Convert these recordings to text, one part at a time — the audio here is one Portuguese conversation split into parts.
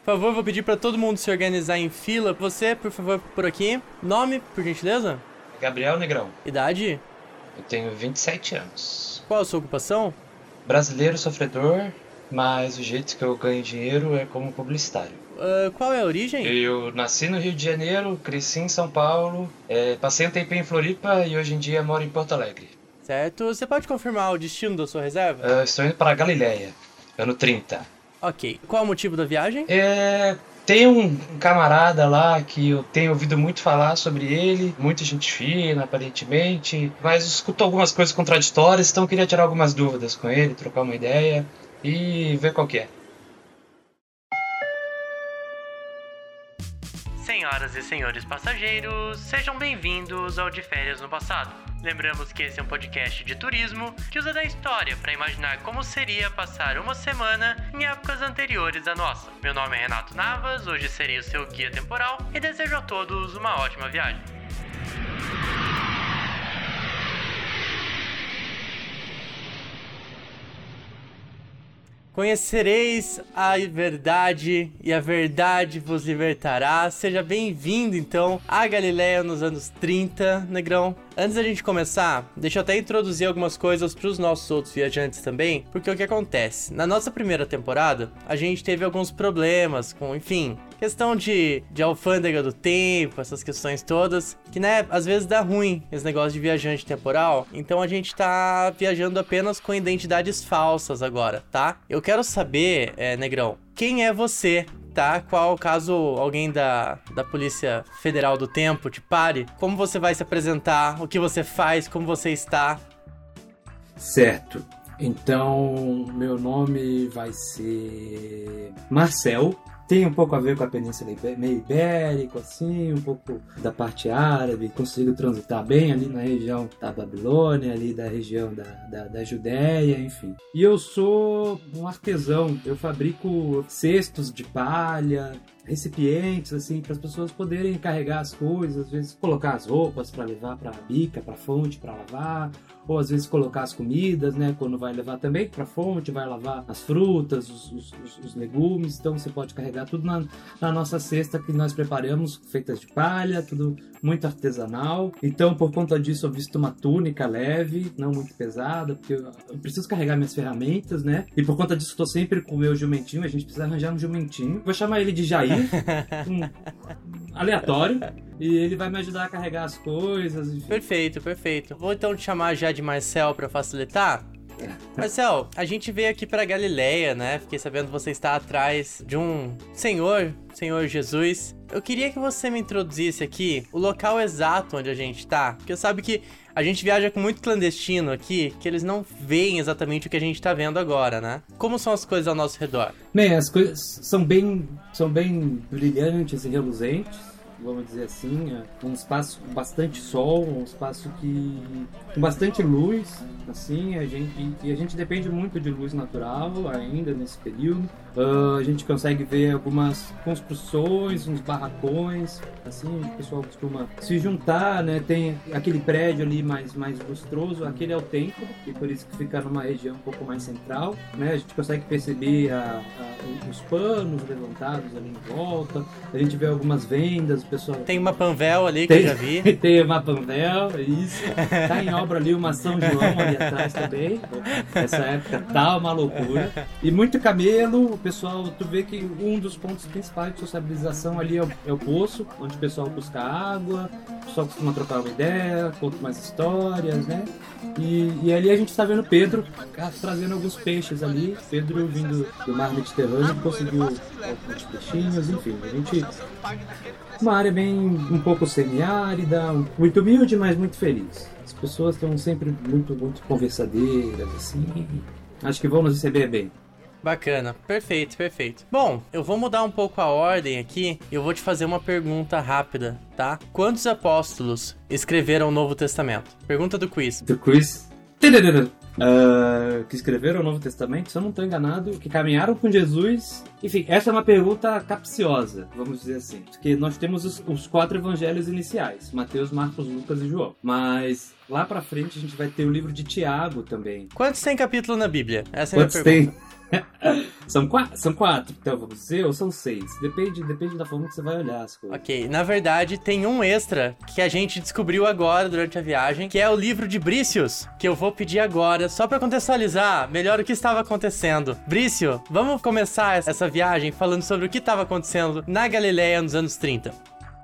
Por favor, vou pedir pra todo mundo se organizar em fila. Você, por favor, por aqui. Nome, por gentileza? Gabriel Negrão. Idade? Eu tenho 27 anos. Qual a sua ocupação? Brasileiro sofredor, mas o jeito que eu ganho dinheiro é como publicitário. Qual é a origem? Eu nasci no Rio de Janeiro, cresci em São Paulo, passei um tempinho em Floripa e hoje em dia moro em Porto Alegre. Certo. Você pode confirmar o destino da sua reserva? Estou indo para Galileia, ano 30. Ok. Qual o motivo da viagem? Tem um camarada lá que eu tenho ouvido muito falar sobre ele, muita gente fina, aparentemente, mas escutou algumas coisas contraditórias, então eu queria tirar algumas dúvidas com ele, trocar uma ideia e ver qual que é. Senhoras e senhores passageiros, sejam bem-vindos ao De Férias no Passado. Lembramos que esse é um podcast de turismo que usa da história para imaginar como seria passar uma semana em épocas anteriores à nossa. Meu nome é Renato Navas, hoje serei o seu guia temporal e desejo a todos uma ótima viagem. Conhecereis a verdade e a verdade vos libertará. Seja bem-vindo, então, à Galileia nos anos 30, Negrão. Antes da gente começar, deixa eu até introduzir algumas coisas para os nossos outros viajantes também, porque o que acontece? Na nossa primeira temporada, a gente teve alguns problemas com, enfim, questão de alfândega do tempo, essas questões todas, que, né, às vezes dá ruim esse negócio de viajante temporal, então a gente tá viajando apenas com identidades falsas agora, tá? Eu quero saber, Negrão, quem é você? Tá? Qual, caso alguém da Polícia Federal do Tempo te pare, como você vai se apresentar, o que você faz, como você está? Certo. Então, meu nome vai ser Marcel. Tem um pouco a ver com a Península meio ibérico, assim, um pouco da parte árabe. Consigo transitar bem ali na região da Babilônia, ali da região da Judéia, enfim. E eu sou um artesão. Eu fabrico cestos de palha, recipientes, assim, para as pessoas poderem carregar as coisas, às vezes colocar as roupas para levar para a bica, para a fonte, para lavar, ou às vezes colocar as comidas, né, quando vai levar também para a fonte, vai lavar as frutas, os legumes, então você pode carregar tudo na nossa cesta que nós preparamos, feitas de palha, tudo muito artesanal. Então, por conta disso, eu visto uma túnica leve, não muito pesada, porque eu preciso carregar minhas ferramentas, né, e por conta disso estou sempre com o meu jumentinho. A gente precisa arranjar um jumentinho, vou chamar ele de Jair, aleatório, e ele vai me ajudar a carregar as coisas, enfim. Perfeito. Vou então te chamar já de Marcel para facilitar. Marcel, a gente veio aqui para Galileia, né? Fiquei sabendo que você está atrás de um Senhor Jesus. Eu queria que você me introduzisse aqui o local exato onde a gente tá, porque sabe que a gente viaja com muito clandestino aqui, que eles não veem exatamente o que a gente tá vendo agora, né? Como são as coisas ao nosso redor? Bem, as coisas são bem brilhantes e reluzentes, vamos dizer assim, um espaço com bastante sol, um espaço com bastante luz, assim, a gente depende muito de luz natural ainda nesse período. A gente consegue ver algumas construções, uns barracões, assim, o pessoal costuma se juntar, né? Tem aquele prédio ali mais lustroso, aquele é o templo, e por isso que fica numa região um pouco mais central, né? A gente consegue perceber os panos levantados ali em volta, a gente vê algumas vendas, o pessoal... Tem uma Panvel ali que eu já vi. Tem uma Panvel, isso. Tá em obra ali uma São João ali atrás também. Essa época tá uma loucura. E muito camelo. O pessoal, tu vê que um dos pontos principais de sociabilização ali é o poço, onde o pessoal busca água, o pessoal costuma trocar uma ideia, conta umas histórias, né? E ali a gente tá vendo Pedro trazendo alguns peixes ali. Pedro vindo do mar Mediterrâneo, conseguiu alguns peixinhos, enfim. A gente... Uma área bem um pouco semiárida, muito humilde, mas muito feliz. As pessoas estão sempre muito conversadeiras, assim. Acho que vão nos receber bem. Bacana, perfeito. Bom, eu vou mudar um pouco a ordem aqui e eu vou te fazer uma pergunta rápida, tá? Quantos apóstolos escreveram o Novo Testamento? Pergunta do quiz. Do quiz? Que escreveram o Novo Testamento, se eu não estou enganado, que caminharam com Jesus. Enfim, essa é uma pergunta capciosa, vamos dizer assim. Porque nós temos os 4 evangelhos iniciais: Mateus, Marcos, Lucas e João. Mas Lá pra frente a gente vai ter o livro de Tiago também. Quantos tem capítulo na Bíblia? Essa é a minha Quantos pergunta. tem? São quatro, então vamos dizer, ou são 6? Depende da forma que você vai olhar as coisas. Ok, na verdade tem um extra que a gente descobriu agora durante a viagem, que é o livro de Brícios, que eu vou pedir agora, só pra contextualizar melhor o que estava acontecendo. Brício, vamos começar essa viagem falando sobre o que estava acontecendo na Galileia nos anos 30.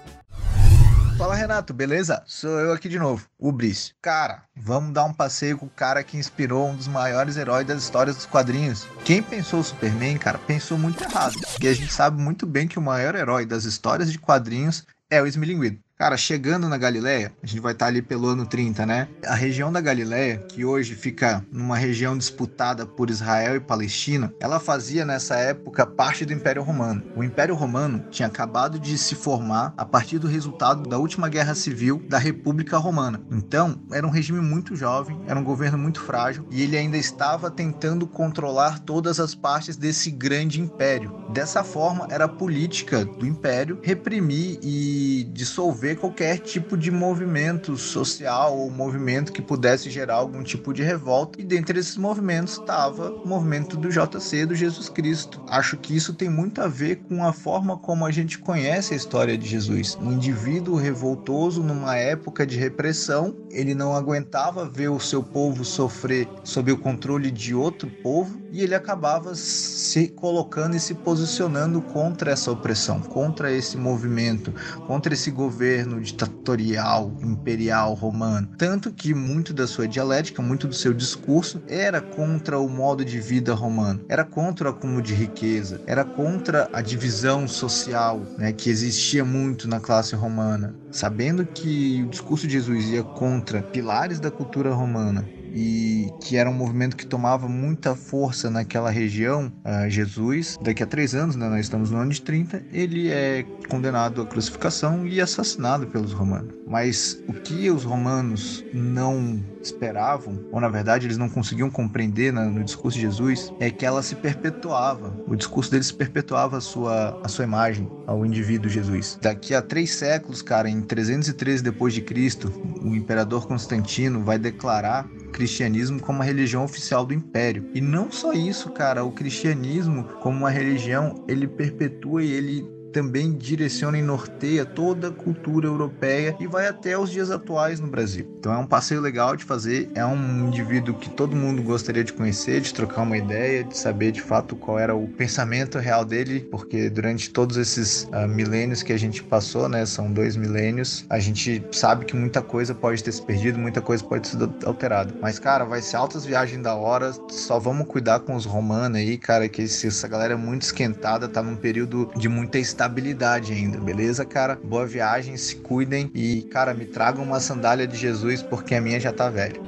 Fala, Renato, beleza? Sou eu aqui de novo, o Brício. Cara, vamos dar um passeio com o cara que inspirou um dos maiores heróis das histórias dos quadrinhos. Quem pensou o Superman, cara, pensou muito errado. Porque a gente sabe muito bem que o maior herói das histórias de quadrinhos é o Esmilinguido. Cara, chegando na Galileia, a gente vai estar ali pelo ano 30, né? A região da Galileia, que hoje fica numa região disputada por Israel e Palestina, ela fazia nessa época parte do Império Romano. O Império Romano tinha acabado de se formar a partir do resultado da última guerra civil da República Romana. Então, era um regime muito jovem, era um governo muito frágil e ele ainda estava tentando controlar todas as partes desse grande império. Dessa forma, era a política do império reprimir e dissolver qualquer tipo de movimento social ou movimento que pudesse gerar algum tipo de revolta, e dentre esses movimentos estava o movimento do JC, do Jesus Cristo. Acho que isso tem muito a ver com a forma como a gente conhece a história de Jesus. Um indivíduo revoltoso numa época de repressão, ele não aguentava ver o seu povo sofrer sob o controle de outro povo, e ele acabava se colocando e se posicionando contra essa opressão, contra esse movimento, contra esse governo ditatorial, imperial romano. Tanto que muito da sua dialética, muito do seu discurso era contra o modo de vida romano, era contra o acúmulo de riqueza, era contra a divisão social, né, que existia muito na classe romana. Sabendo que o discurso de Jesus ia contra pilares da cultura romana e que era um movimento que tomava muita força naquela região, Jesus, daqui a 3 anos, né, nós estamos no ano de 30, ele é condenado à crucificação e assassinado pelos romanos. Mas o que os romanos não esperavam, ou na verdade eles não conseguiam compreender no discurso de Jesus, é que ela se perpetuava. O discurso dele se perpetuava a sua imagem ao indivíduo Jesus. Daqui a 3 séculos, cara, em 313 depois de Cristo, o imperador Constantino vai declarar o cristianismo como a religião oficial do império. E não só isso, cara, o cristianismo como uma religião, ele perpetua e ele também direciona e norteia toda a cultura europeia e vai até os dias atuais no Brasil. Então é um passeio legal de fazer, é um indivíduo que todo mundo gostaria de conhecer, de trocar uma ideia, de saber de fato qual era o pensamento real dele, porque durante todos esses milênios que a gente passou, né, são 2 milênios, a gente sabe que muita coisa pode ter se perdido, muita coisa pode ter sido alterada. Mas, cara, vai ser altas viagens da hora, só vamos cuidar com os romanos aí, cara, que essa galera é muito esquentada, tá num período de muita estabilidade ainda, beleza, cara? Boa viagem, se cuidem e, cara, me tragam uma sandália de Jesus porque a minha já tá velha.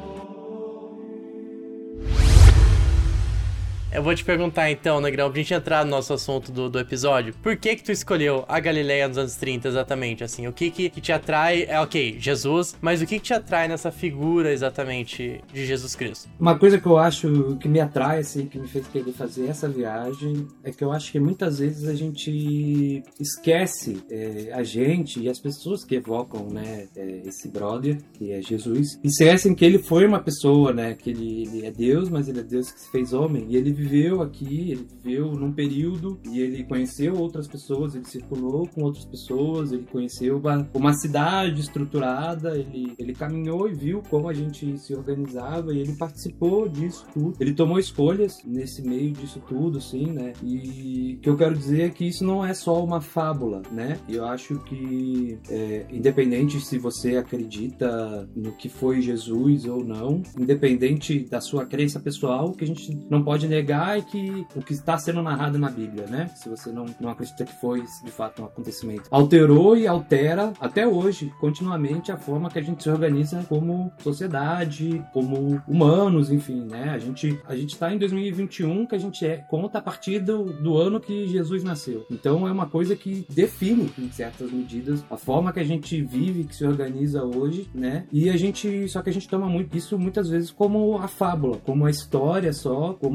Eu vou te perguntar então, Negrão, pra gente entrar no nosso assunto do episódio, por que tu escolheu a Galileia nos anos 30 exatamente, assim, o que te atrai, ok, Jesus, mas o que te atrai nessa figura exatamente de Jesus Cristo? Uma coisa que eu acho que me atrai, assim, que me fez querer fazer essa viagem, é que eu acho que muitas vezes a gente esquece, a gente e as pessoas que evocam, né, esse brother, que é Jesus, esquecem que ele foi uma pessoa, né, que ele é Deus, mas ele é Deus que se fez homem, e ele viveu aqui, ele viveu num período e ele conheceu outras pessoas, ele circulou com outras pessoas, ele conheceu uma cidade estruturada, ele caminhou e viu como a gente se organizava e ele participou disso tudo. Ele tomou escolhas nesse meio disso tudo, assim, né? E o que eu quero dizer é que isso não é só uma fábula, né? Eu acho que, independente se você acredita no que foi Jesus ou não, independente da sua crença pessoal, o que a gente não pode negar é que o que está sendo narrado na Bíblia, né? Se você não acredita que foi de fato um acontecimento, alterou e altera até hoje, continuamente, a forma que a gente se organiza como sociedade, como humanos, enfim, né? A gente está em 2021, que a gente conta a partir do ano que Jesus nasceu. Então é uma coisa que define, em certas medidas, a forma que a gente vive, que se organiza hoje, né? Só que a gente toma muito isso muitas vezes como a fábula, como a história só, como um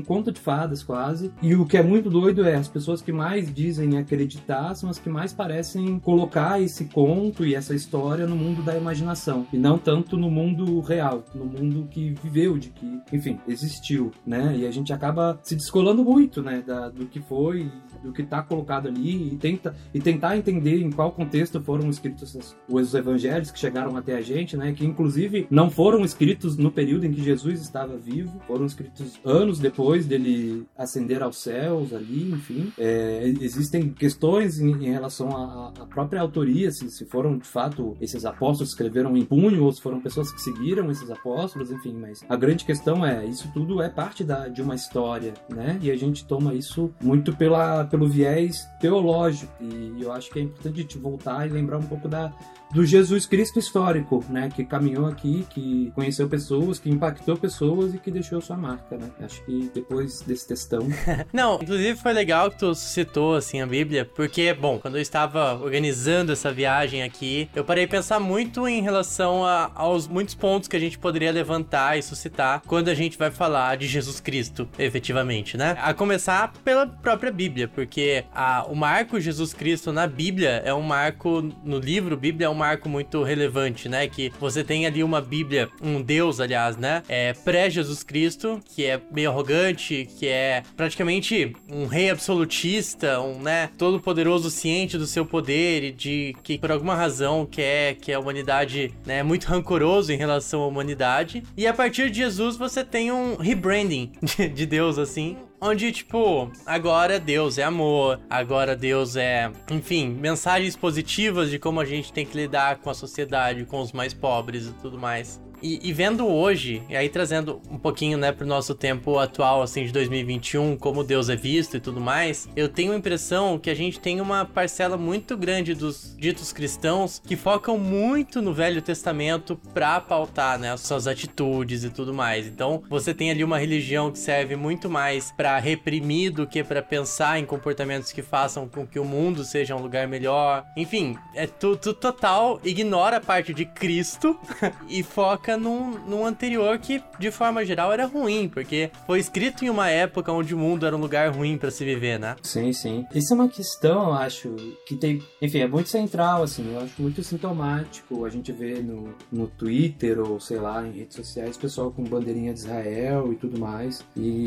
conto de fadas quase. E o que é muito doido é as pessoas que mais dizem acreditar são as que mais parecem colocar esse conto e essa história no mundo da imaginação e não tanto no mundo real, no mundo que viveu, de que, enfim, existiu, né? E a gente acaba se descolando muito, né, do que foi, do que está colocado ali e tentar entender em qual contexto foram escritos os evangelhos que chegaram até a gente, né? Que inclusive não foram escritos no período em que Jesus estava vivo, foram escritos anos depois dele ascender aos céus ali, enfim. Existem questões em relação à própria autoria, se foram de fato esses apóstolos que escreveram em punho ou se foram pessoas que seguiram esses apóstolos, enfim, mas a grande questão é, isso tudo é parte de uma história, né? E a gente toma isso muito pelo viés teológico, e eu acho que é importante a gente voltar e lembrar um pouco do Jesus Cristo histórico, né? Que caminhou aqui, que conheceu pessoas, que impactou pessoas e que deixou sua marca, né? Acho que depois desse textão... Não, inclusive foi legal que tu citou, assim, a Bíblia, porque, bom, quando eu estava organizando essa viagem aqui, eu parei a pensar muito em relação aos muitos pontos que a gente poderia levantar e suscitar quando a gente vai falar de Jesus Cristo, efetivamente, né? A começar pela própria Bíblia, porque o marco Jesus Cristo na Bíblia é um marco, no livro Bíblia é um marco muito relevante, né? Que você tem ali uma Bíblia, um Deus, aliás, né? Pré-Jesus Cristo, que é meio arrogante, que é praticamente um rei absolutista, né? Todo poderoso, ciente do seu poder e de que por alguma razão quer que a humanidade, né? É muito rancoroso em relação à humanidade. E a partir de Jesus você tem um rebranding de Deus, assim, onde, tipo, agora Deus é amor, agora Deus é, enfim, mensagens positivas de como a gente tem que lidar com a sociedade, com os mais pobres e tudo mais. E vendo hoje, e aí trazendo um pouquinho, né, pro nosso tempo atual, assim, de 2021, como Deus é visto e tudo mais, eu tenho a impressão que a gente tem uma parcela muito grande dos ditos cristãos que focam muito no Velho Testamento pra pautar, né, as suas atitudes e tudo mais. Então, você tem ali uma religião que serve muito mais pra reprimir do que pra pensar em comportamentos que façam com que o mundo seja um lugar melhor. Enfim, tu total ignora a parte de Cristo e foca num anterior que, de forma geral, era ruim, porque foi escrito em uma época onde o mundo era um lugar ruim pra se viver, né? Sim, sim. Isso é uma questão, eu acho, que tem... Enfim, é muito central, assim, eu acho muito sintomático. A gente vê no Twitter, ou sei lá, em redes sociais, pessoal com bandeirinha de Israel e tudo mais.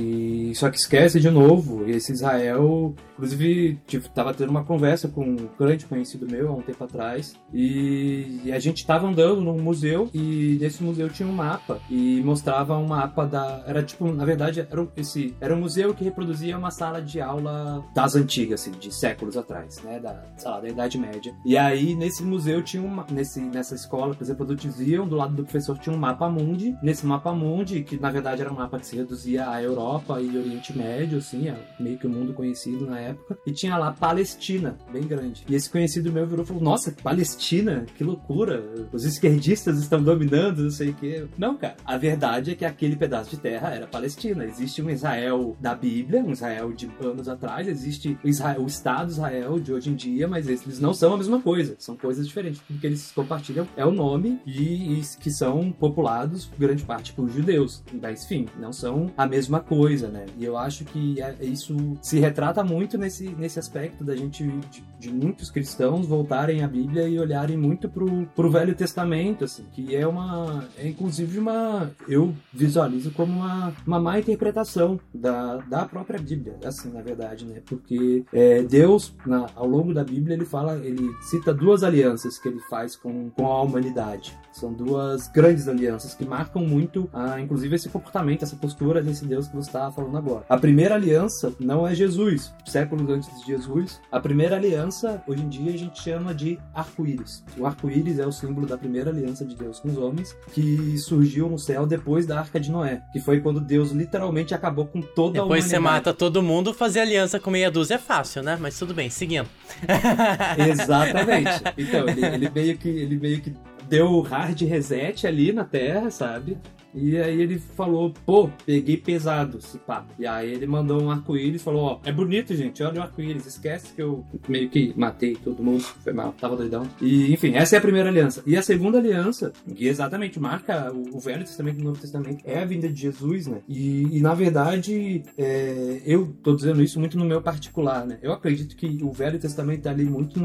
E só que esquece de novo, esse Israel... Inclusive, tava tendo uma conversa com um grande conhecido meu há um tempo atrás, e a gente tava andando num museu, e nesse museu tinha um mapa, e mostrava um mapa era tipo, na verdade, era um museu que reproduzia uma sala de aula das antigas, assim, de séculos atrás, né, da Idade Média. E aí, nesse museu tinha nessa escola que eles reproduziam, do lado do professor tinha um mapa mundi. Nesse mapa mundi, que na verdade era um mapa que se reduzia à Europa e Oriente Médio, assim, meio que o mundo conhecido na época, e tinha lá Palestina, bem grande. E esse conhecido meu virou e falou, nossa, Palestina, que loucura, os esquerdistas estão dominando, não sei o que. Não, cara, a verdade é que aquele pedaço de terra era Palestina. Existe um Israel da Bíblia, um Israel de anos atrás, existe o Estado Israel de hoje em dia, mas eles não são a mesma coisa, são coisas diferentes. Tudo que eles compartilham é o nome e que são populados, grande parte, por judeus. Mas, enfim, não são a mesma coisa, né? E eu acho que isso se retrata muito nesse aspecto da gente, de muitos cristãos voltarem à Bíblia e olharem muito pro Velho Testamento, assim, que é inclusive eu visualizo como uma má interpretação da própria Bíblia, assim, na verdade, né? Porque Deus, ao longo da Bíblia, ele cita duas alianças que ele faz com a humanidade. São duas grandes alianças que marcam muito, inclusive, esse comportamento, essa postura desse Deus que você estava falando agora. A primeira aliança não é Jesus, séculos antes de Jesus. A primeira aliança, hoje em dia, a gente chama de arco-íris. O arco-íris é o símbolo da primeira aliança de Deus com os homens, que surgiu no céu depois da Arca de Noé, que foi quando Deus literalmente acabou com toda a humanidade. Depois você mata todo mundo, fazer aliança com meia dúzia é fácil, né? Mas tudo bem, seguindo. Exatamente. Então, ele meio que deu hard reset ali na Terra, sabe? E aí ele falou, pô, peguei pesado esse papo. E aí ele mandou um arco-íris e falou, ó, é bonito, gente, olha o arco-íris. Esquece que eu meio que matei todo mundo, foi mal, tava doidão. E, enfim, essa é a primeira aliança. E a segunda aliança, que exatamente marca o Velho Testamento e o Novo Testamento, é a vinda de Jesus, né? E na verdade, eu tô dizendo isso muito no meu particular, né? Eu acredito que o Velho Testamento tá ali muito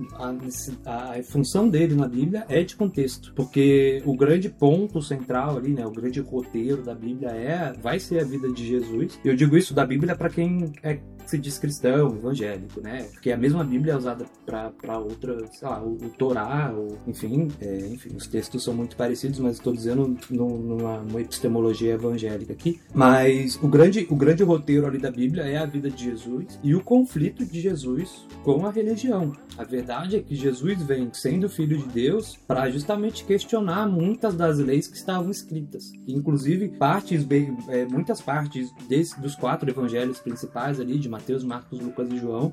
a função dele na Bíblia é de contexto, porque o grande ponto central ali, né, o grande roteiro da Bíblia vai ser a vida de Jesus. Eu digo isso da Bíblia para quem se diz cristão, evangélico, né? Porque a mesma Bíblia é usada para outra, sei lá, o Torá, enfim, os textos são muito parecidos, mas estou dizendo numa epistemologia evangélica aqui. Mas o grande roteiro ali da Bíblia é a vida de Jesus e o conflito de Jesus com a religião. A verdade é que Jesus vem sendo filho de Deus para justamente questionar muitas das leis que estavam escritas. Inclusive, muitas partes dos 4 evangelhos principais ali, de Mateus, Marcos, Lucas e João,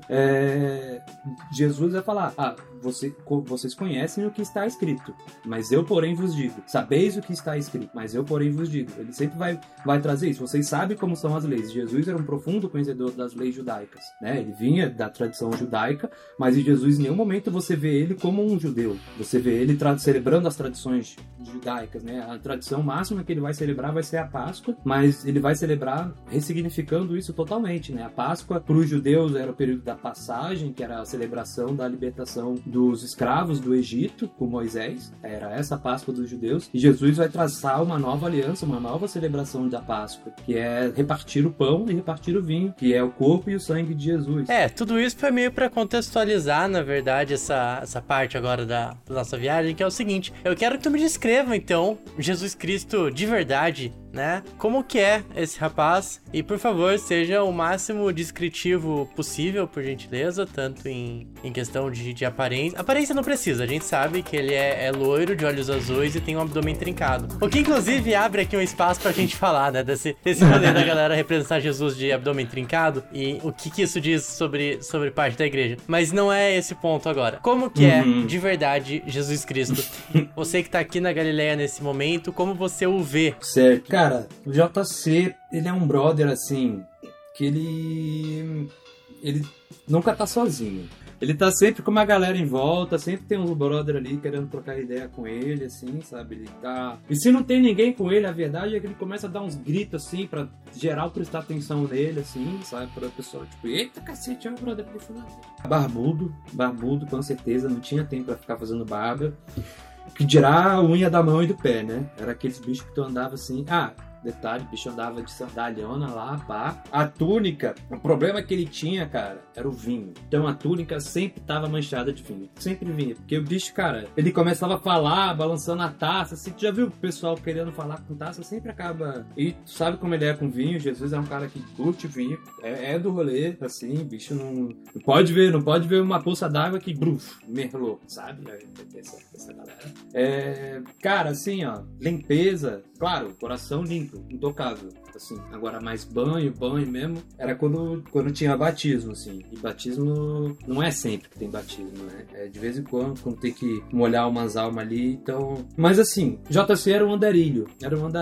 Jesus vai falar, vocês conhecem o que está escrito, mas eu, porém, vos digo. Sabeis o que está escrito, mas eu, porém, vos digo. Ele sempre vai trazer isso. Vocês sabem como são as leis. Jesus era um profundo conhecedor das leis judaicas, né? Ele vinha da tradição judaica, mas em Jesus, em nenhum momento você vê ele como um judeu. Você vê ele celebrando as tradições judaicas, né? A tradição máxima que ele vai celebrar vai ser a Páscoa, mas ele vai celebrar ressignificando isso totalmente, né? A Páscoa, para os judeus, era o período da passagem, que era a celebração da libertação dos escravos do Egito, com Moisés. Era essa a Páscoa dos judeus. E Jesus vai traçar uma nova aliança, uma nova celebração da Páscoa, que é repartir o pão e repartir o vinho, que é o corpo e o sangue de Jesus. Tudo isso foi meio para contextualizar, na verdade, essa parte agora da nossa viagem, que é o seguinte: eu quero que tu me descreva, então, Jesus Cristo de verdade, né? Como que é esse rapaz? E, por favor, seja o máximo descritivo possível, por gentileza, tanto em questão de aparência. Aparência não precisa, a gente sabe que ele é loiro, de olhos azuis e tem um abdômen trincado. O que, inclusive, abre aqui um espaço pra gente falar, né? Desse poder da galera representar Jesus de abdômen trincado e o que isso diz sobre parte da igreja. Mas não é esse ponto agora. Como que é, de verdade, Jesus Cristo? Você que tá aqui na Galileia nesse momento, como você o vê? Certo. Cara, o JC, ele é um brother, assim, que ele nunca tá sozinho. Ele tá sempre com uma galera em volta, sempre tem uns brother ali querendo trocar ideia com ele, assim, sabe? Ele tá... E se não tem ninguém com ele, a verdade é que ele começa a dar uns gritos, assim, pra geral prestar atenção nele, assim, sabe? Pra pessoa, tipo, eita cacete, é o brother ali falando. Barbudo, com certeza, não tinha tempo pra ficar fazendo barba. Que dirá a unha da mão e do pé, né? Era aqueles bichos que tu andava assim... Detalhe, o bicho andava de sandaliona lá, pá. A túnica, o problema que ele tinha, cara, era o vinho. Então a túnica sempre tava manchada de vinho. Sempre vinha. Porque o bicho, cara, ele começava a falar, balançando a taça. Assim, tu já viu o pessoal querendo falar com taça? Sempre acaba... E tu sabe como ele é com vinho. Jesus é um cara que curte vinho. É do rolê, assim, bicho não pode ver uma poça d'água que, merlou, sabe? Essa galera. Cara, assim, ó, limpeza, claro, coração limpo, intocável, assim. Agora, mais banho mesmo, era quando tinha batismo, assim. E batismo não é sempre que tem batismo, né? É de vez em quando tem que molhar umas almas ali, então... Mas, assim, JC era um andarilho.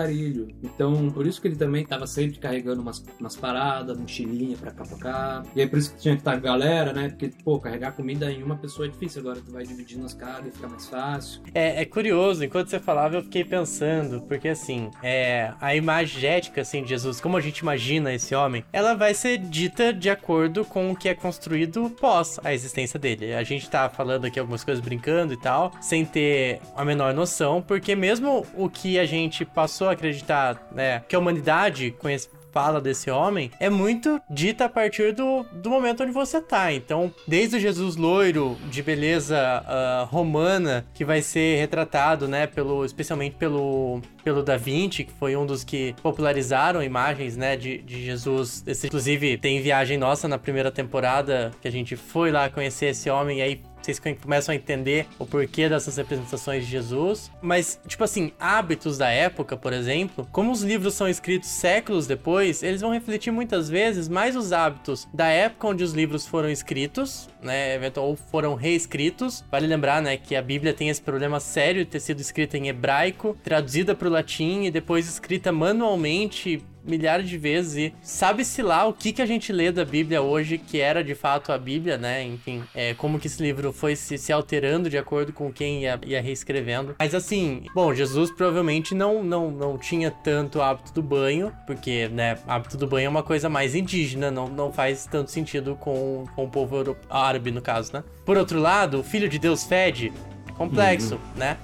Então, por isso que ele também tava sempre carregando umas paradas, mochilinha pra cá. E aí, por isso que tinha que estar galera, né? Porque, pô, carregar comida em uma pessoa é difícil. Agora tu vai dividindo as caras e fica mais fácil. É curioso, enquanto você falava, eu fiquei pensando, porque, assim, a imagética, assim, de Jesus, como a gente imagina esse homem, ela vai ser dita de acordo com o que é construído pós a existência dele. A gente tá falando aqui algumas coisas brincando e tal, sem ter a menor noção, porque mesmo o que a gente passou a acreditar, né, que a humanidade fala desse homem, é muito dita a partir do momento onde você tá. Então, desde o Jesus loiro, de beleza romana, que vai ser retratado, né, especialmente pelo Da Vinci, que foi um dos que popularizaram imagens, né, de Jesus. Inclusive, tem viagem nossa na primeira temporada, que a gente foi lá conhecer esse homem, e aí vocês começam a entender o porquê dessas representações de Jesus. Mas, tipo assim, hábitos da época, por exemplo, como os livros são escritos séculos depois, eles vão refletir muitas vezes mais os hábitos da época onde os livros foram escritos, né, ou foram reescritos. Vale lembrar, né, que a Bíblia tem esse problema sério de ter sido escrita em hebraico, traduzida para o latim e depois escrita manualmente milhares de vezes, e sabe-se lá o que a gente lê da Bíblia hoje, que era de fato a Bíblia, né? Enfim, como que esse livro foi se alterando de acordo com quem ia reescrevendo. Mas assim, bom, Jesus provavelmente não tinha tanto hábito do banho, porque, né, hábito do banho é uma coisa mais indígena, não faz tanto sentido com o povo árabe, no caso, né? Por outro lado, o Filho de Deus fede, complexo, né?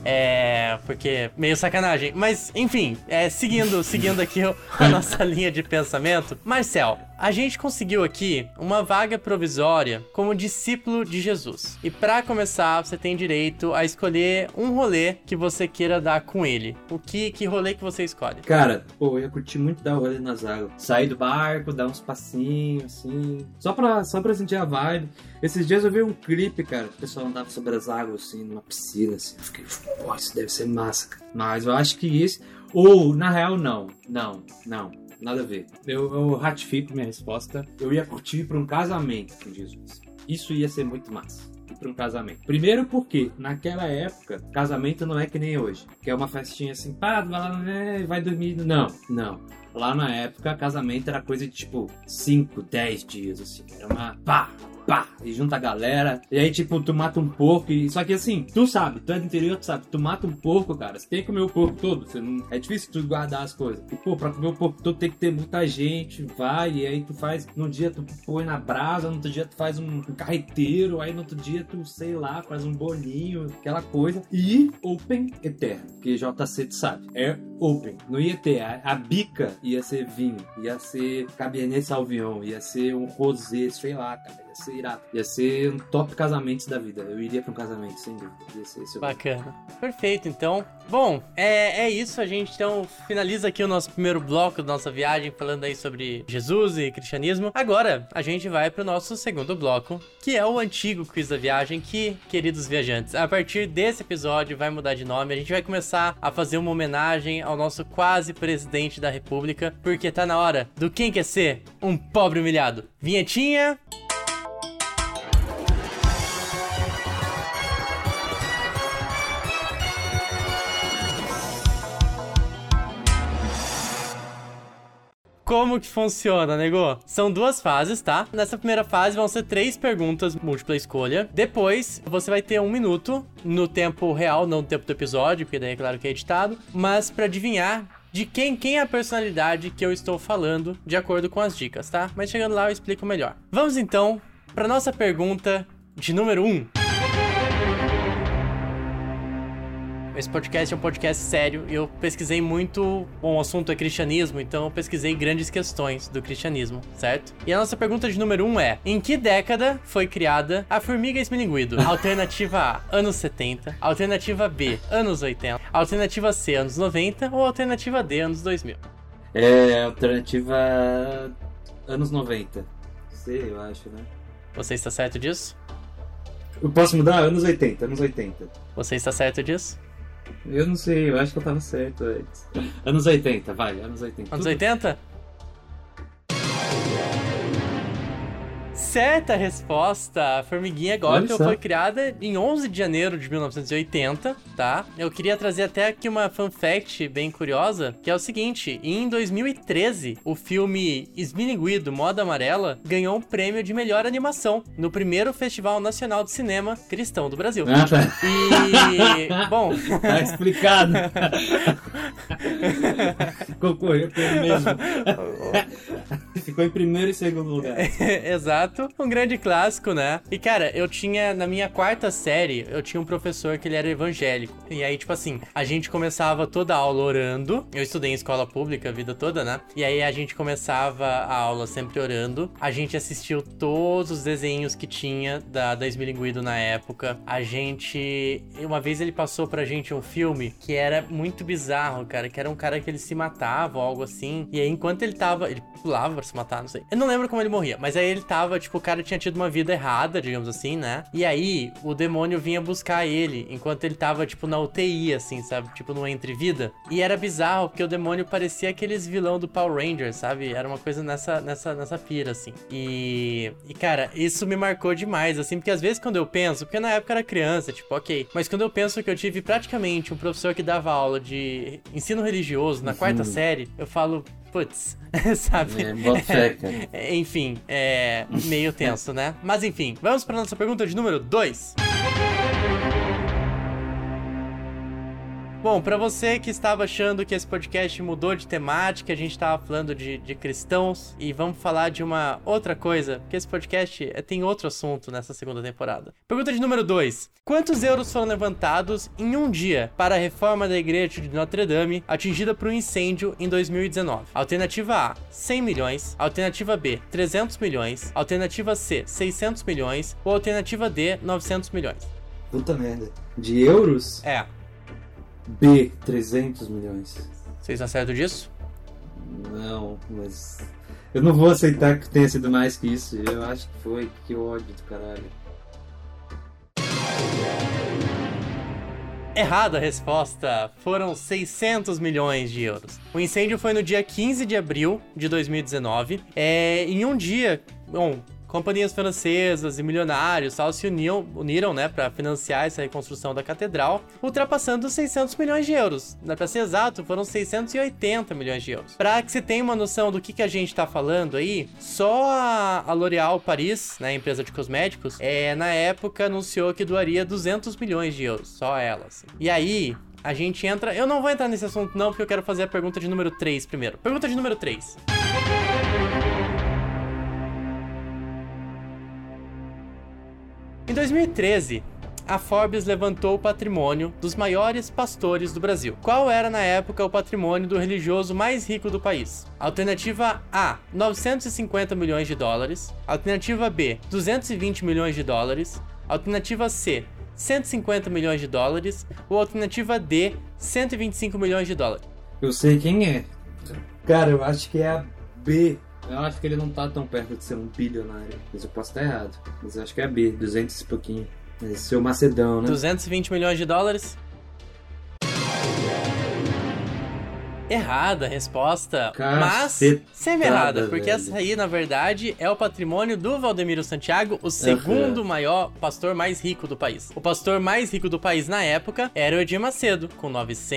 Porque meio sacanagem. Mas, enfim, seguindo aqui a nossa linha de pensamento. Marcel, a gente conseguiu aqui uma vaga provisória como discípulo de Jesus. E pra começar, você tem direito a escolher um rolê que você queira dar com ele. Que rolê que você escolhe? Cara, eu ia curtir muito dar o rolê nas águas. Sair do barco, dar uns passinhos, assim. Só pra sentir a vibe. Esses dias eu vi um clipe, cara. O pessoal andava sobre as águas, assim, numa piscina, assim. Eu fiquei, pô, isso deve ser massa, cara. Mas eu acho que isso... Ou, na real, não. Nada a ver. Eu ratifico minha resposta. Eu ia curtir ir pra um casamento com Jesus. Isso ia ser muito massa. Ir pra um casamento. Primeiro porque, naquela época, casamento não é que nem hoje. Que é uma festinha assim, pá, vai lá, vai dormir. Não. Lá na época, casamento era coisa de tipo 5, 10 dias, assim. Era uma pá, e junta a galera, e aí tipo, tu mata um porco, só que assim, tu sabe, tu é do interior, tu sabe, tu mata um porco, cara, você tem que comer o porco todo, é difícil tu guardar as coisas, e pô, pra comer o porco todo tem que ter muita gente, vai, e aí tu faz, num dia tu põe na brasa, no outro dia tu faz um carreteiro, aí no outro dia tu, sei lá, faz um bolinho, aquela coisa, e open eterno, que JC tu sabe, é open, não ia ter, a bica ia ser vinho, ia ser Cabernet Sauvignon, ia ser um rosé, sei lá, cara, ia ser irado. Ia ser um top casamento da vida. Eu iria pra um casamento, sem dúvida. Ia ser esse. Bacana. Perfeito, então. Bom, é isso. A gente, então, finaliza aqui o nosso primeiro bloco da nossa viagem, falando aí sobre Jesus e cristianismo. Agora, a gente vai pro nosso segundo bloco, que é o antigo quiz da viagem, que, queridos viajantes, a partir desse episódio vai mudar de nome. A gente vai começar a fazer uma homenagem ao nosso quase presidente da República, porque tá na hora do Quem Quer Ser um Pobre Humilhado. Vinhetinha... Como que funciona, nego? São 2 fases, tá? Nessa primeira fase vão ser 3 perguntas, múltipla escolha. Depois, você vai ter 1 minuto no tempo real, não no tempo do episódio, porque daí é claro que é editado, mas pra adivinhar de quem é a personalidade que eu estou falando, de acordo com as dicas, tá? Mas chegando lá eu explico melhor. Vamos então pra nossa pergunta de número 1. Esse podcast é um podcast sério e eu pesquisei muito... Bom, o assunto é cristianismo, então eu pesquisei grandes questões do cristianismo, certo? E a nossa pergunta de número 1 é: em que década foi criada a formiga esmilinguido? Alternativa A, anos 70. Alternativa B, anos 80. Alternativa C, anos 90. Ou alternativa D, anos 2000? Alternativa... anos 90. Sei, eu acho, né? Você está certo disso? Eu posso mudar? Anos 80. Você está certo disso? Eu não sei, eu acho que eu tava certo antes. Anos 80, vai, anos 80. Anos 80? Certa resposta, a formiguinha Gothel foi criada em 11 de janeiro de 1980, tá? Eu queria trazer até aqui uma fun fact bem curiosa, que é o seguinte: em 2013, o filme Esmilinguido, Moda Amarela, ganhou um prêmio de melhor animação no primeiro Festival Nacional de Cinema Cristão do Brasil. Ah, tá. E, bom... Tá explicado. Concorreu com ele mesmo. Ficou em primeiro e segundo lugar. Exato. Um grande clássico, né? E, cara, eu tinha, na minha 4ª série, eu tinha um professor que ele era evangélico. E aí, tipo assim, a gente começava toda a aula orando. Eu estudei em escola pública a vida toda, né? E aí a gente começava a aula sempre orando. A gente assistiu todos os desenhos que tinha da Esmilinguido na época. A gente... Uma vez ele passou pra gente um filme que era muito bizarro, cara. Que era um cara que ele se matava ou algo assim. E aí, enquanto ele tava... Ele pulava pra se matar, matar, não sei. Eu não lembro como ele morria, mas aí ele tava, tipo, o cara tinha tido uma vida errada, digamos assim, né? E aí, o demônio vinha buscar ele, enquanto ele tava, tipo, na UTI, assim, sabe? Tipo, no entre-vida. E era bizarro, porque o demônio parecia aqueles vilão do Power Rangers, sabe? Era uma coisa nessa pira, assim. E, cara, isso me marcou demais, assim, porque às vezes quando eu penso, porque na época eu era criança, tipo, ok, mas quando eu penso que eu tive praticamente um professor que dava aula de ensino religioso na quarta série, eu falo, putz, sabe? Bota fé, cara. Enfim, é meio tenso, né? Mas enfim, vamos para nossa pergunta de número 2. Bom, pra você que estava achando que esse podcast mudou de temática, a gente tava falando de cristãos, e vamos falar de uma outra coisa, porque esse podcast tem outro assunto nessa segunda temporada. Pergunta de número 2. Quantos euros foram levantados em um dia para a reforma da igreja de Notre Dame atingida por um incêndio em 2019? Alternativa A, 100 milhões. Alternativa B, 300 milhões. Alternativa C, 600 milhões. Ou alternativa D, 900 milhões. Puta merda. De euros? É. B, 300 milhões. Vocês estão certos disso? Não, mas... eu não vou aceitar que tenha sido mais que isso. Eu acho que foi. Que ódio do caralho. Errada a resposta. Foram 600 milhões de euros. O incêndio foi no dia 15 de abril de 2019. Em um dia... Bom, companhias francesas e milionários tal, se uniram, né, para financiar essa reconstrução da catedral, ultrapassando 600 milhões de euros. Para ser exato, foram 680 milhões de euros. Para que você tenha uma noção do que a gente tá falando aí, só a L'Oréal Paris, né, empresa de cosméticos, na época anunciou que doaria 200 milhões de euros, só ela, assim. E aí, a gente entra... Eu não vou entrar nesse assunto não, porque eu quero fazer a pergunta de número 3 primeiro. Pergunta de número 3. Em 2013, a Forbes levantou o patrimônio dos maiores pastores do Brasil. Qual era, na época, o patrimônio do religioso mais rico do país? Alternativa A, 950 milhões de dólares. Alternativa B, 220 milhões de dólares. Alternativa C, 150 milhões de dólares. Ou alternativa D, 125 milhões de dólares. Eu sei quem é. Cara, eu acho que é a B. Eu acho que ele não tá tão perto de ser um bilionário. Mas eu posso estar errado. Mas eu acho que é a B, 200 e pouquinho. Mas esse é o Macedão, né? 220 milhões de dólares? Errada a resposta, mas sempre errada, porque essa aí, na verdade, é o patrimônio do Valdemiro Santiago, o segundo maior pastor mais rico do país. O pastor mais rico do país na época era o Edir Macedo, com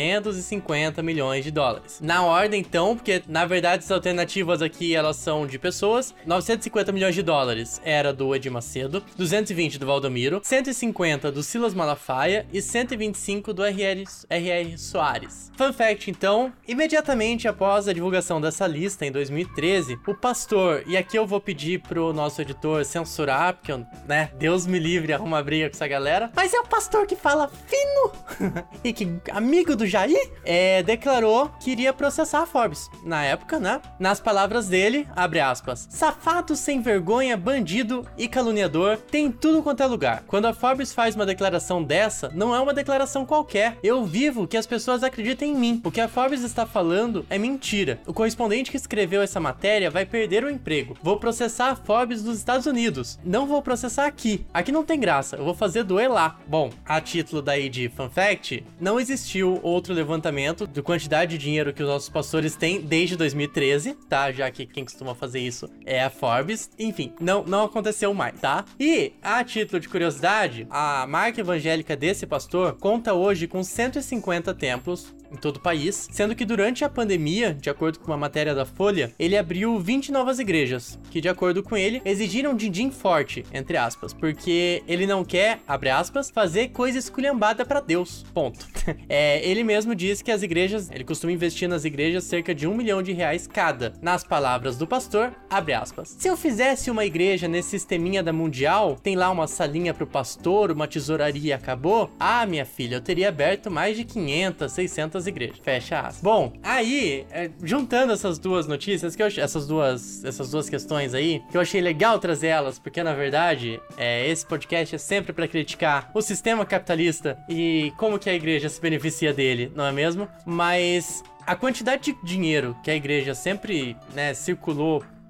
950 milhões de dólares. Na ordem, então, porque na verdade as alternativas aqui, elas são de pessoas, 950 milhões de dólares era do Edir Macedo, 220 do Valdomiro, 150 do Silas Malafaia e 125 do R.R. Soares. Fun fact, então, imediatamente após a divulgação dessa lista, em 2013, o pastor, e aqui eu vou pedir pro nosso editor censurar, porque, né, Deus me livre, arruma briga com essa galera, mas é o pastor que fala fino e que, amigo do Jair, declarou que iria processar a Forbes. Na época, né, nas palavras dele, abre aspas, safado, sem vergonha, bandido e caluniador, tem tudo quanto é lugar. Quando a Forbes faz uma declaração dessa, não é uma declaração qualquer. Eu vivo que as pessoas acreditem em mim. O que a Forbes está falando é mentira. O correspondente que escreveu essa matéria vai perder o emprego. Vou processar a Forbes dos Estados Unidos. Não vou processar aqui. Aqui não tem graça. Eu vou fazer doer lá. Bom, a título daí de fun fact, não existiu outro levantamento de quantidade de dinheiro que os nossos pastores têm desde 2013, tá? Já que quem costuma fazer isso é a Forbes. Enfim, não aconteceu mais, tá? E, a título de curiosidade, a marca evangélica desse pastor conta hoje com 150 templos em todo o país, sendo que durante a pandemia, de acordo com uma matéria da Folha, ele abriu 20 novas igrejas, que de acordo com ele, exigiram um din-din forte, entre aspas, porque ele não quer, abre aspas, fazer coisa esculhambada pra Deus, ponto. Ele mesmo diz que as igrejas, ele costuma investir nas igrejas cerca de R$1 milhão cada. Nas palavras do pastor, abre aspas, se eu fizesse uma igreja nesse sisteminha da Mundial, tem lá uma salinha pro pastor, uma tesouraria e acabou, minha filha, eu teria aberto mais de 500, 600 igrejas. Fecha aspas. Bom, aí, juntando essas duas notícias, que eu achei, essas duas questões aí, que eu achei legal trazer elas, porque na verdade, esse podcast é sempre pra criticar o sistema capitalista e como que a igreja se beneficia dele, não é mesmo? Mas a quantidade de dinheiro que a igreja sempre, né, circulou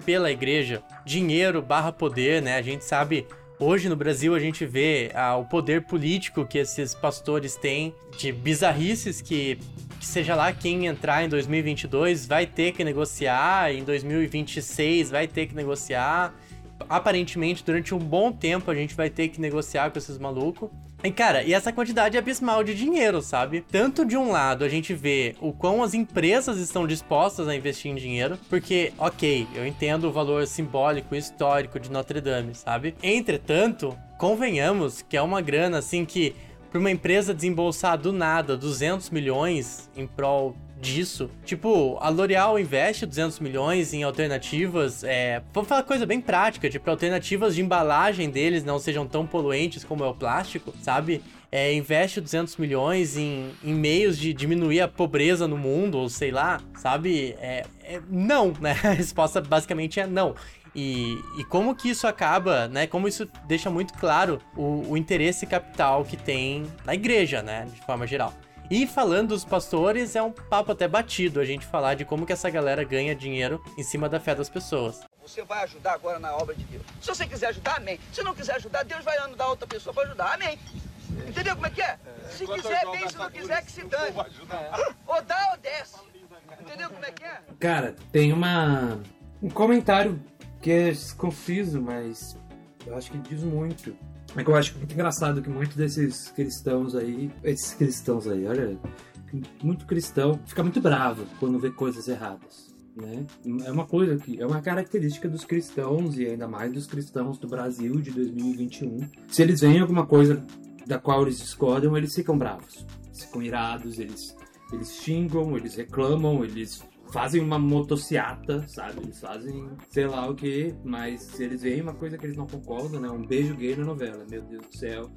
pela igreja. Dinheiro barra poder, né? A gente sabe, hoje no Brasil a gente vê o poder político que esses pastores têm, de bizarrices que seja lá quem entrar em 2022 vai ter que negociar, em 2026 vai ter que negociar. Aparentemente, durante um bom tempo a gente vai ter que negociar com esses malucos. E cara, e essa quantidade abismal de dinheiro, sabe? Tanto de um lado a gente vê o quão as empresas estão dispostas a investir em dinheiro, porque, ok, eu entendo o valor simbólico e histórico de Notre Dame, sabe? Entretanto, convenhamos que é uma grana, assim, que pra uma empresa desembolsar do nada 200 milhões em prol disso, tipo, a L'Oréal investe 200 milhões em alternativas, vamos falar coisa bem prática, tipo, alternativas de embalagem deles não sejam tão poluentes como é o plástico, sabe? Investe 200 milhões em meios de diminuir a pobreza no mundo, ou sei lá, sabe? Não, né? A resposta basicamente é não. E como que isso acaba, né? Como isso deixa muito claro o interesse capital que tem na igreja, né? De forma geral. E falando dos pastores, é um papo até batido a gente falar de como que essa galera ganha dinheiro em cima da fé das pessoas. Você vai ajudar agora na obra de Deus. Se você quiser ajudar, amém. Se não quiser ajudar, Deus vai andar outra pessoa para ajudar, amém. Entendeu como é que é? Se quiser, bem, se não quiser, que se dane. Ou dá ou desce. Entendeu como é que é? Cara, tem um comentário que é conciso, mas eu acho que diz muito. É que eu acho muito engraçado que muitos desses cristãos aí, olha, muito cristão, fica muito bravo quando vê coisas erradas, né? É uma coisa que é uma característica dos cristãos, e ainda mais dos cristãos do Brasil de 2021. Se eles veem alguma coisa da qual eles discordam, eles ficam bravos, ficam irados, eles xingam, eles reclamam, eles fazem uma motociata, sabe? Eles fazem sei lá o que, mas se eles veem uma coisa que eles não concordam, né? Um beijo gay na novela, meu Deus do céu,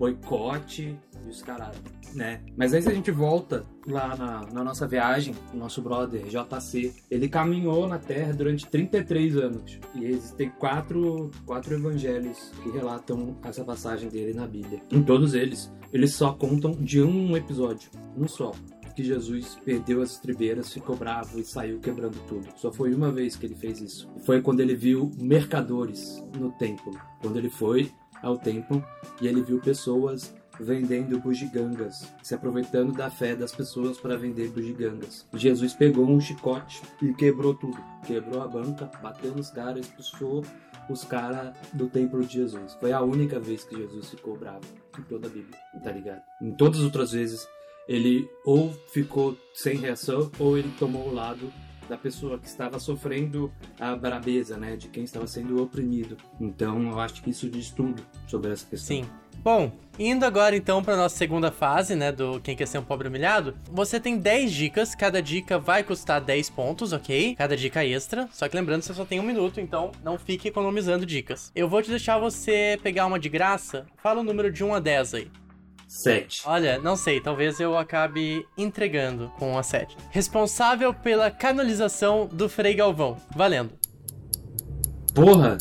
boicote e os caralho, né? Mas aí se a gente volta lá na nossa viagem, o nosso brother JC, ele caminhou na Terra durante 33 anos. E existem quatro evangelhos que relatam essa passagem dele na Bíblia. Em todos eles só contam de um episódio, um só. Que Jesus perdeu as estribeiras, ficou bravo e saiu quebrando tudo. Só foi uma vez que ele fez isso. Foi quando ele viu mercadores no templo. Quando ele foi ao templo e ele viu pessoas vendendo bugigangas, se aproveitando da fé das pessoas para vender bugigangas. Jesus pegou um chicote e quebrou tudo. Quebrou a banca, bateu nos caras, expulsou os caras do templo de Jesus. Foi a única vez que Jesus ficou bravo em toda a Bíblia, tá ligado? Em todas as outras vezes ele ou ficou sem reação, ou ele tomou o lado da pessoa que estava sofrendo a brabeza, né? De quem estava sendo oprimido. Então, eu acho que isso diz tudo sobre essa questão. Sim. Bom, indo agora então para nossa segunda fase, né, do Quem Quer Ser um Pobre Humilhado, você tem 10 dicas, cada dica vai custar 10 pontos, ok? Cada dica extra, só que lembrando que você só tem 1 minuto, então não fique economizando dicas. Eu vou te deixar você pegar uma de graça, fala o número de 1 a 10 aí. 7. Olha, não sei, talvez eu acabe entregando com a 7. Responsável pela canonização do Frei Galvão. Valendo. Porra!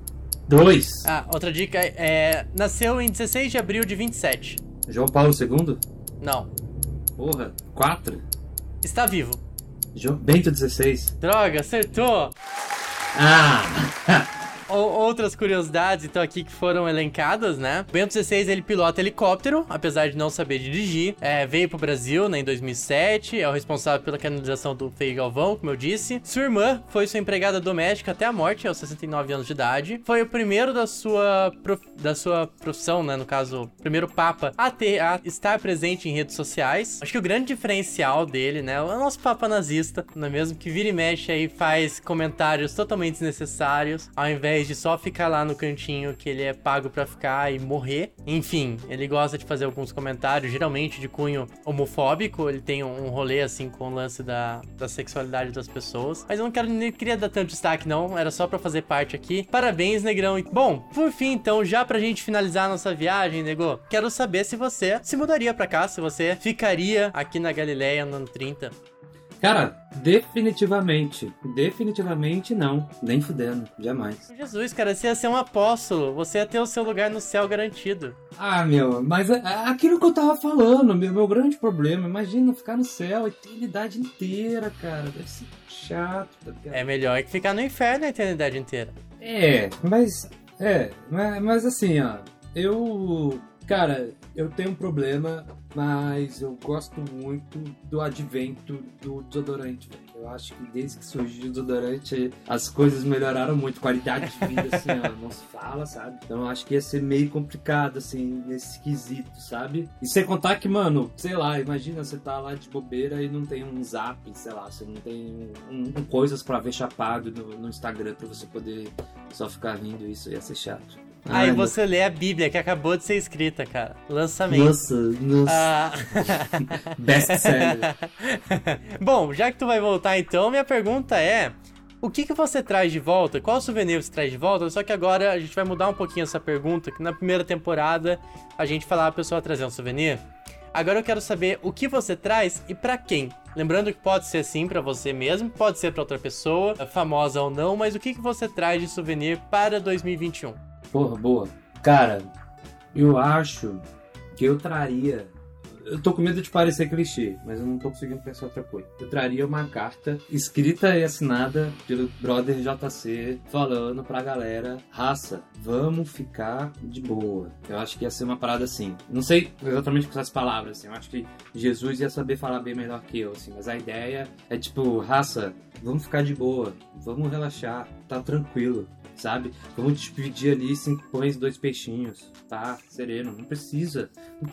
2. Outra dica nasceu em 16 de abril de 27. João Paulo II? Não. Porra! 4. Está vivo. Bento XVI. Droga, acertou! Outras curiosidades, então, aqui que foram elencadas, né? Bento XVI, ele pilota helicóptero, apesar de não saber dirigir. Veio pro Brasil, né, em 2007. É o responsável pela canonização do Frei Galvão, como eu disse. Sua irmã foi sua empregada doméstica até a morte, aos 69 anos de idade. Foi o primeiro da sua profissão, né? No caso, o primeiro papa a estar presente em redes sociais. Acho que o grande diferencial dele, né? É o nosso papa nazista, não é mesmo? Que vira e mexe aí, faz comentários totalmente desnecessários, ao invés de só ficar lá no cantinho que ele é pago pra ficar e morrer. Enfim, ele gosta de fazer alguns comentários, geralmente de cunho homofóbico. Ele tem um rolê assim com o lance da sexualidade das pessoas. Mas eu nem queria dar tanto destaque não, era só pra fazer parte aqui. Parabéns, Negrão. Bom, por fim então, já pra gente finalizar a nossa viagem, Nego, quero saber se você se mudaria pra cá, se você ficaria aqui na Galileia no ano 30. Cara, definitivamente não. Nem fudendo, jamais. Jesus, cara, você ia ser um apóstolo. Você ia ter o seu lugar no céu garantido. Ah, meu, mas aquilo que eu tava falando, meu grande problema, imagina ficar no céu a eternidade inteira, cara. Deve ser chato. Tá ligado? É melhor que ficar no inferno a eternidade inteira. Mas assim, ó, Cara, eu tenho um problema, mas eu gosto muito do advento do desodorante, velho. Eu acho que desde que surgiu o desodorante, as coisas melhoraram muito. Qualidade de vida, assim, ó, não se fala, sabe? Então eu acho que ia ser meio complicado, assim, nesse quesito, sabe? E sem contar que, mano, sei lá, imagina você tá lá de bobeira e não tem um zap, sei lá, você não tem coisas pra ver chapado no Instagram pra você poder só ficar rindo, isso ia ser chato. Aí você lê a Bíblia que acabou de ser escrita, cara. Lançamento. Nossa. Best seller. Bom, já que tu vai voltar então, minha pergunta é: o que você traz de volta? Qual souvenir você traz de volta? Só que agora a gente vai mudar um pouquinho essa pergunta, que na primeira temporada a gente falava a pessoa trazer um souvenir. Agora eu quero saber o que você traz e pra quem. Lembrando que pode ser sim pra você mesmo, pode ser pra outra pessoa, famosa ou não, mas o que você traz de souvenir para 2021? Porra, boa. Cara, eu acho que eu traria... Eu tô com medo de parecer clichê, mas eu não tô conseguindo pensar outra coisa. Eu traria uma carta escrita e assinada pelo brother JC falando pra galera: raça, vamos ficar de boa. Eu acho que ia ser uma parada assim. Não sei exatamente com essas palavras, assim. Eu acho que Jesus ia saber falar bem melhor que eu, assim. Mas a ideia é tipo: raça, vamos ficar de boa. Vamos relaxar. Tá tranquilo. Sabe? Vamos dividir ali 5 pães, 2 peixinhos, tá? Sereno, não precisa,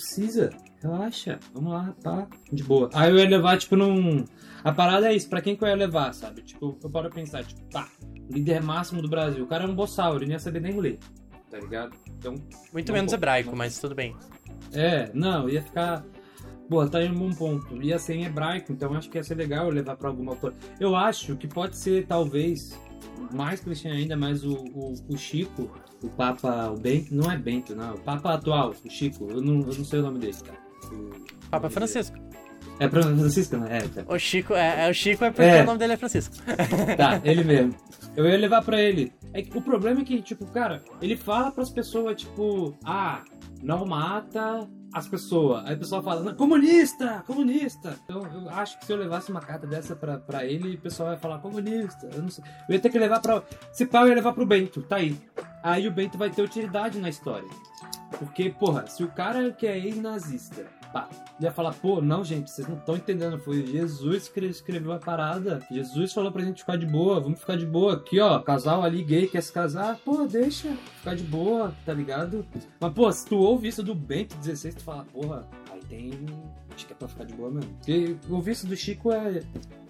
relaxa, vamos lá, tá? De boa. Aí eu ia levar, tipo, a parada é isso, pra quem que eu ia levar, sabe? Tipo, eu paro pensar, tipo, tá, líder máximo do Brasil, o cara é um bossauro, ele não ia saber nem ler, tá ligado? Então... Muito menos hebraico, mas tudo bem. Não, ia ficar... Boa, tá em um bom ponto. Ia ser em hebraico, então acho que ia ser legal eu levar pra alguma autor. Eu acho que pode ser, talvez... mais clichê ainda, mas o Chico, o Papa, o Bento, não é Bento, não, o Papa atual, o Chico, eu não sei o nome dele, cara. Papa Francisco. É Francisco, né? Tá. O Chico é porque o nome dele é Francisco. Tá, ele mesmo. Eu ia levar pra ele. O problema é que, tipo, cara, ele fala pras pessoas, tipo, não mata as pessoas. Aí a pessoa fala, comunista! Então eu acho que se eu levasse uma carta dessa pra ele, o pessoal vai falar, comunista. Eu não sei. Eu ia ter que levar se pá, eu ia levar pro Bento, tá aí. Aí o Bento vai ter utilidade na história. Porque, porra, se o cara que é ex-nazista, ia falar, não, gente, vocês não estão entendendo, foi Jesus que escreveu a parada. Jesus falou pra gente ficar de boa, vamos ficar de boa. Aqui, ó, casal ali gay quer se casar, deixa, ficar de boa, tá ligado? Mas, se tu ouve isso do Bento 16, tu fala, aí tem... acho que é pra ficar de boa mesmo. Porque ouvir isso do Chico é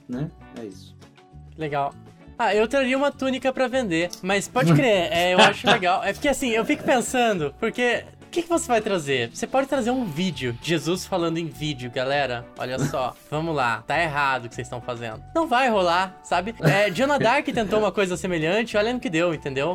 isso. Legal. Eu traria uma túnica pra vender, mas pode crer, eu acho legal. É porque assim, eu fico pensando, porque... O que você vai trazer? Você pode trazer um vídeo, Jesus falando em vídeo, galera. Olha só, vamos lá, tá errado o que vocês estão fazendo. Não vai rolar, sabe? Jonah Dark tentou uma coisa semelhante, olha no que deu, entendeu?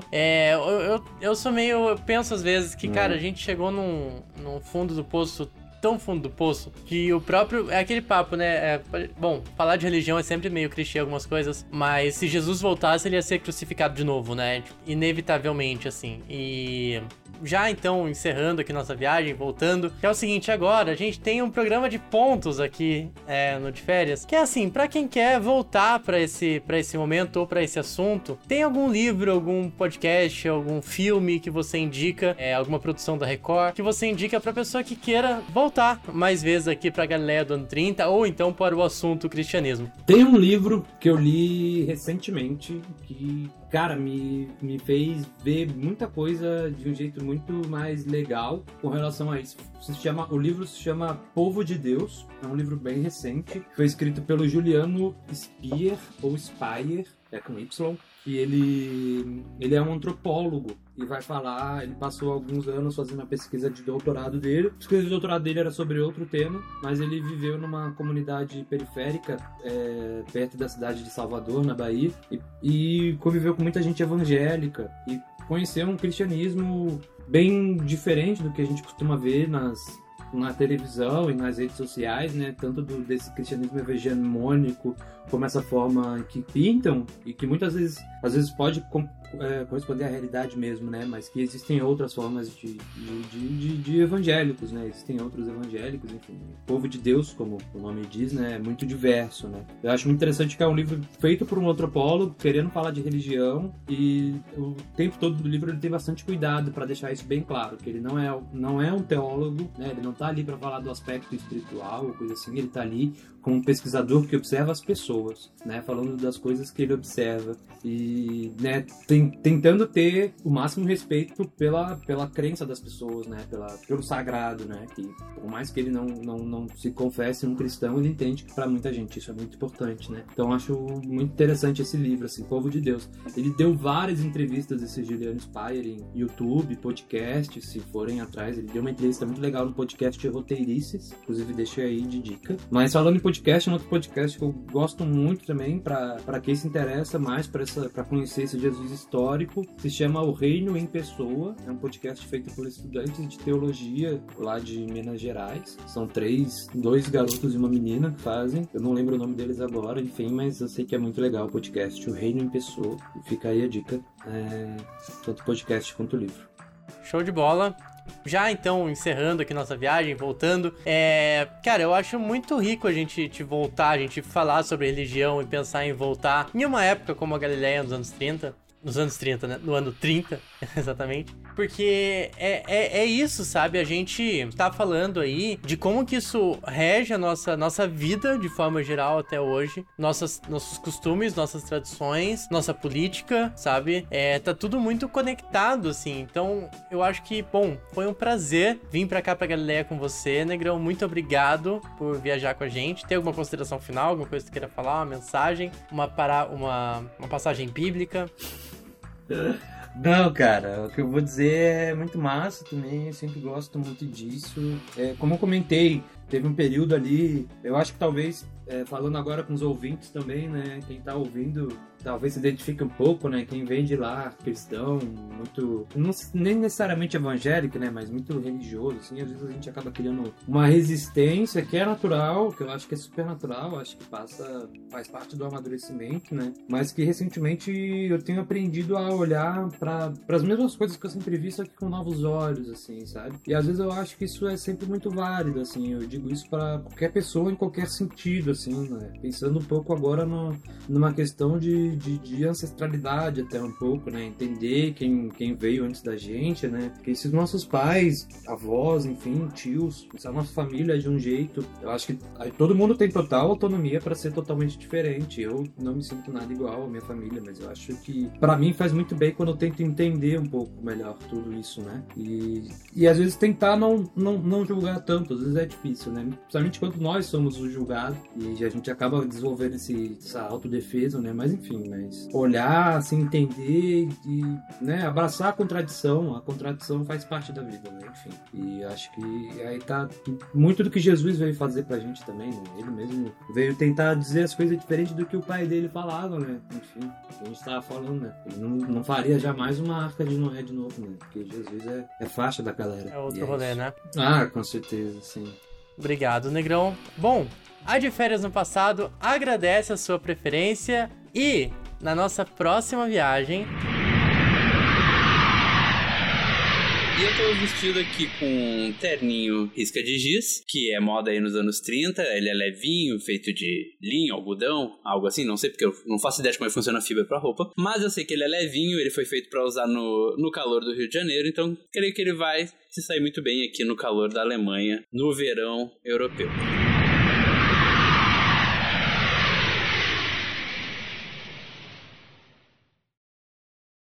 Eu sou meio... Eu penso às vezes que, cara, a gente chegou num fundo do poço, tão fundo do poço, que o próprio... É aquele papo, né? Bom, falar de religião é sempre meio clichê algumas coisas, mas se Jesus voltasse, ele ia ser crucificado de novo, né? Inevitavelmente, assim. E... já então, encerrando aqui nossa viagem, voltando, que é o seguinte: agora a gente tem um programa de pontos aqui no De Férias, que é assim, pra quem quer voltar pra esse momento ou pra esse assunto, tem algum livro, algum podcast, algum filme que você indica, alguma produção da Record, que você indica pra pessoa que queira voltar mais vezes aqui pra Galileia do ano 30, ou então para o assunto cristianismo? Tem um livro que eu li recentemente que... cara, me fez ver muita coisa de um jeito muito mais legal com relação a isso. O livro se chama Povo de Deus, é um livro bem recente, foi escrito pelo Juliano Speyer, ou Speyer, com Y, e ele é um antropólogo e vai falar, ele passou alguns anos fazendo a pesquisa de doutorado dele. A pesquisa de doutorado dele era sobre outro tema, mas ele viveu numa comunidade periférica, perto da cidade de Salvador, na Bahia, e conviveu com muita gente evangélica e conheceu um cristianismo bem diferente do que a gente costuma ver nas na televisão e nas redes sociais, né, tanto desse cristianismo hegemônico como essa forma que pintam e que muitas vezes, às vezes pode corresponder à realidade mesmo, né, mas que existem outras formas de evangélicos, né, existem outros evangélicos, enfim, o povo de Deus, como o nome diz, né, é muito diverso, né. Eu acho muito interessante que é um livro feito por um antropólogo querendo falar de religião e o tempo todo do livro ele tem bastante cuidado para deixar isso bem claro, que ele não é um teólogo, né, ele não tá ali para falar do aspecto espiritual ou coisa assim, ele tá ali como um pesquisador que observa as pessoas, né, falando das coisas que ele observa e, né, tentando ter o máximo respeito pela crença das pessoas, né, pelo sagrado, né, que por mais que ele não se confesse um cristão, ele entende que para muita gente isso é muito importante, né. Então acho muito interessante esse livro, assim, Povo de Deus. Ele deu várias entrevistas esse Juliano Spire em YouTube, podcast, se forem atrás, ele deu uma entrevista muito legal no podcast Roteirices, inclusive deixei aí de dica. Mas falando em podcast, um outro podcast que eu gosto muito também, para quem se interessa mais para conhecer esse Jesus histórico, se chama O Reino em Pessoa. É um podcast feito por estudantes de teologia lá de Minas Gerais. São dois garotos e uma menina que fazem. Eu não lembro o nome deles agora, enfim, mas eu sei que é muito legal o podcast O Reino em Pessoa. E fica aí a dica, tanto o podcast quanto o livro. Show de bola. Já então, encerrando aqui nossa viagem, voltando, cara, eu acho muito rico a gente voltar, a gente falar sobre religião e pensar em voltar em uma época como a Galileia nos anos 30, né? No ano 30, exatamente. Porque é isso, sabe? A gente tá falando aí de como que isso rege a nossa vida de forma geral até hoje. Nossos costumes, nossas tradições, nossa política, sabe? Tá tudo muito conectado, assim. Então, eu acho que, bom, foi um prazer vir pra cá, pra Galileia com você, Negrão. Muito obrigado por viajar com a gente. Tem alguma consideração final? Alguma coisa que você queira falar? Uma mensagem? Uma passagem bíblica? Não, cara, o que eu vou dizer é muito massa também, eu sempre gosto muito disso. Como eu comentei, teve um período ali, eu acho que talvez, falando agora com os ouvintes também, né, quem tá ouvindo talvez se identifique um pouco, né, quem vem de lá, cristão, muito, nem necessariamente evangélico, né, mas muito religioso, assim, às vezes a gente acaba criando uma resistência que é natural, que eu acho que é super natural, acho que faz parte do amadurecimento, né, mas que recentemente eu tenho aprendido a olhar para as mesmas coisas que eu sempre vi, só que com novos olhos, assim, sabe, e às vezes eu acho que isso é sempre muito válido, assim, eu digo isso para qualquer pessoa em qualquer sentido, assim, né, pensando um pouco agora numa questão de ancestralidade até um pouco, né? Entender quem veio antes da gente, né? Porque esses nossos pais, avós, enfim, tios, essa nossa família é de um jeito. Eu acho que todo mundo tem total autonomia para ser totalmente diferente. Eu não me sinto nada igual à minha família, mas eu acho que para mim faz muito bem quando eu tento entender um pouco melhor tudo isso, né? E às vezes tentar não julgar tanto, às vezes é difícil, né? Principalmente quando nós somos o julgado e a gente acaba desenvolvendo essa autodefesa, né? Mas enfim, mas olhar, assim, entender e, né, abraçar a contradição faz parte da vida, né, enfim, e acho que aí tá muito do que Jesus veio fazer pra gente também, né, ele mesmo veio tentar dizer as coisas diferentes do que o pai dele falava, né, enfim, a gente tava falando, né, ele não faria jamais uma Arca de Noé de novo, né, porque Jesus é faixa da galera. É outro rolê, isso. Né? Ah, com certeza, sim. Obrigado, Negrão. Bom, a de férias no passado agradece a sua preferência e na nossa próxima viagem... E eu tô vestido aqui com um terninho risca de giz, que é moda aí nos anos 30, ele é levinho, feito de linho, algodão, algo assim, não sei porque eu não faço ideia de como funciona a fibra pra roupa, mas eu sei que ele é levinho, ele foi feito pra usar no calor do Rio de Janeiro, então creio que ele vai se sair muito bem aqui no calor da Alemanha, no verão europeu.